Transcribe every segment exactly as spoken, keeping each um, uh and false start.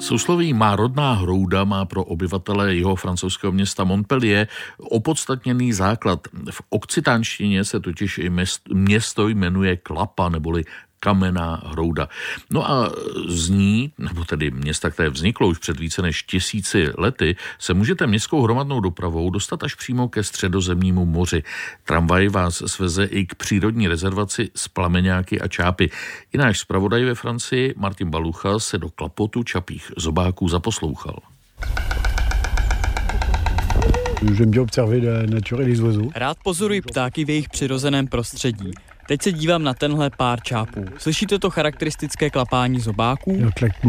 Sousloví má rodná hrouda má pro obyvatele jeho francouzského města Montpellier opodstatněný základ. V okcitánštině se totiž i město jmenuje Klapa, neboli kamenná hrouda. No a z ní, nebo tedy města, které vzniklo už před více než tisíci lety, se můžete městskou hromadnou dopravou dostat až přímo ke Středozemnímu moři. Tramvaj vás sveze i k přírodní rezervaci s plameňáky a čápy. I náš zpravodaj ve Francii Martin Balucha se do klapotu čapích zobáků zaposlouchal. Rád pozoruji ptáky v jejich přirozeném prostředí. Teď se dívám na tenhle pár čápů. Slyšíte to charakteristické klapání zobáků?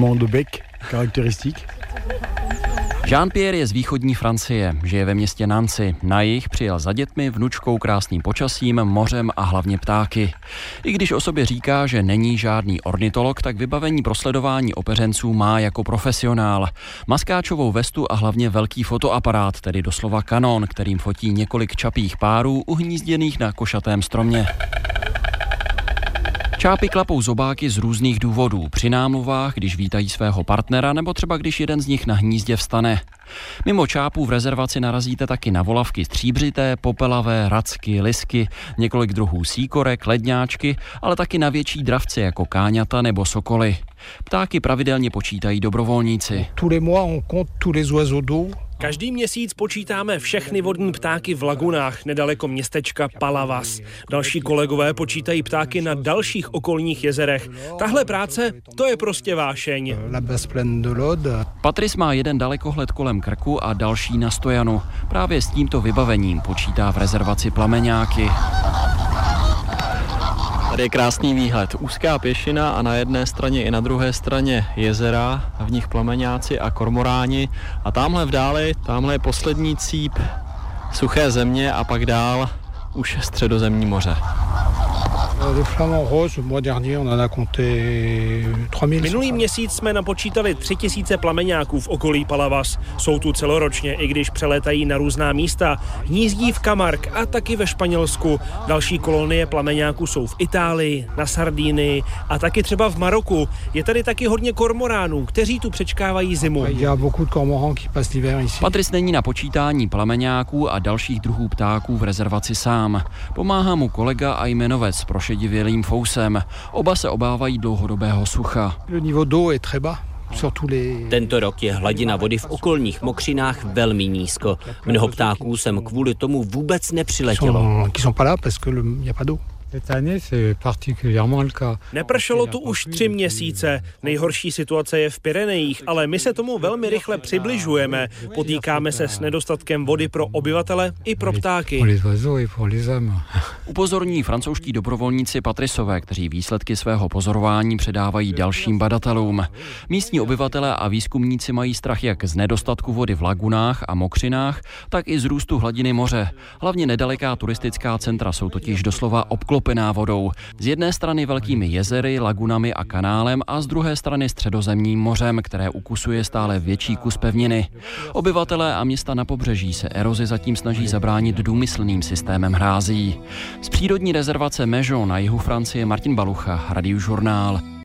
Jean-Pierre je z východní Francie, žije ve městě Nancy. Na jih přijel za dětmi, vnučkou, krásným počasím, mořem a hlavně ptáky. I když o sobě říká, že není žádný ornitolog, tak vybavení pro sledování opeřenců má jako profesionál. Maskáčovou vestu a hlavně velký fotoaparát, tedy doslova kanon, kterým fotí několik čapích párů uhnízděných na košatém stromě. Čápy klapou zobáky z různých důvodů. Při námluvách, když vítají svého partnera, nebo třeba když jeden z nich na hnízdě vstane. Mimo čápů v rezervaci narazíte taky na volavky stříbřité, popelavé, racky, lisky, několik druhů síkorek, ledňáčky, ale taky na větší dravce jako káňata nebo sokoly. Ptáky pravidelně počítají dobrovolníci. Každý měsíc počítáme všechny vodní ptáky v lagunách nedaleko městečka Palavas. Další kolegové počítají ptáky na dalších okolních jezerech. Tahle práce, to je prostě vášeň. Patrice má jeden dalekohled kolem krku a další na stojanu. Právě s tímto vybavením počítá v rezervaci plameňáky. Tady je krásný výhled. Úzká pěšina a na jedné straně i na druhé straně jezera, v nich plameňáci a kormoráni. A tamhle v dáli, tamhle je poslední cíp suché země a pak dál už Středozemní moře. Minulý měsíc jsme napočítali tři tisíce plameňáků v okolí Palavas. Jsou tu celoročně, i když přelétají na různá místa. Hnízdí v Camargue a taky ve Španělsku. Další kolonie plameňáků jsou v Itálii, na Sardinii a taky třeba v Maroku. Je tady taky hodně kormoránů, kteří tu přečkávají zimu. Patrice není na počítání plameňáků a dalších druhů ptáků v rezervaci sám. Pomáhá mu kolega a jmenovec prošedivělým fousem. Oba se obávají dlouhodobého sucha. Tento rok je hladina vody v okolních mokřinách velmi nízko. Mnoho ptáků sem kvůli tomu vůbec nepřiletělo. Nepršelo tu už tři měsíce. Nejhorší situace je v Pyrenejích, ale my se tomu velmi rychle přibližujeme. Potýkáme se s nedostatkem vody pro obyvatele i pro ptáky. Upozorní francouzští dobrovolníci Patricové, kteří výsledky svého pozorování předávají dalším badatelům. Místní obyvatelé a výzkumníci mají strach jak z nedostatku vody v lagunách a mokřinách, tak i z růstu hladiny moře. Hlavně nedaleká turistická centra jsou totiž doslova obklopená vodou. Z jedné strany velkými jezery, lagunami a kanálem a z druhé strany Středozemním mořem, které ukusuje stále větší kus pevniny. Obyvatelé a města na pobřeží se erozi zatím snaží zabránit důmyslným systémem hrází. Z přírodní rezervace Méjon na jihu Francie Martin Balucha, Radiožurnál.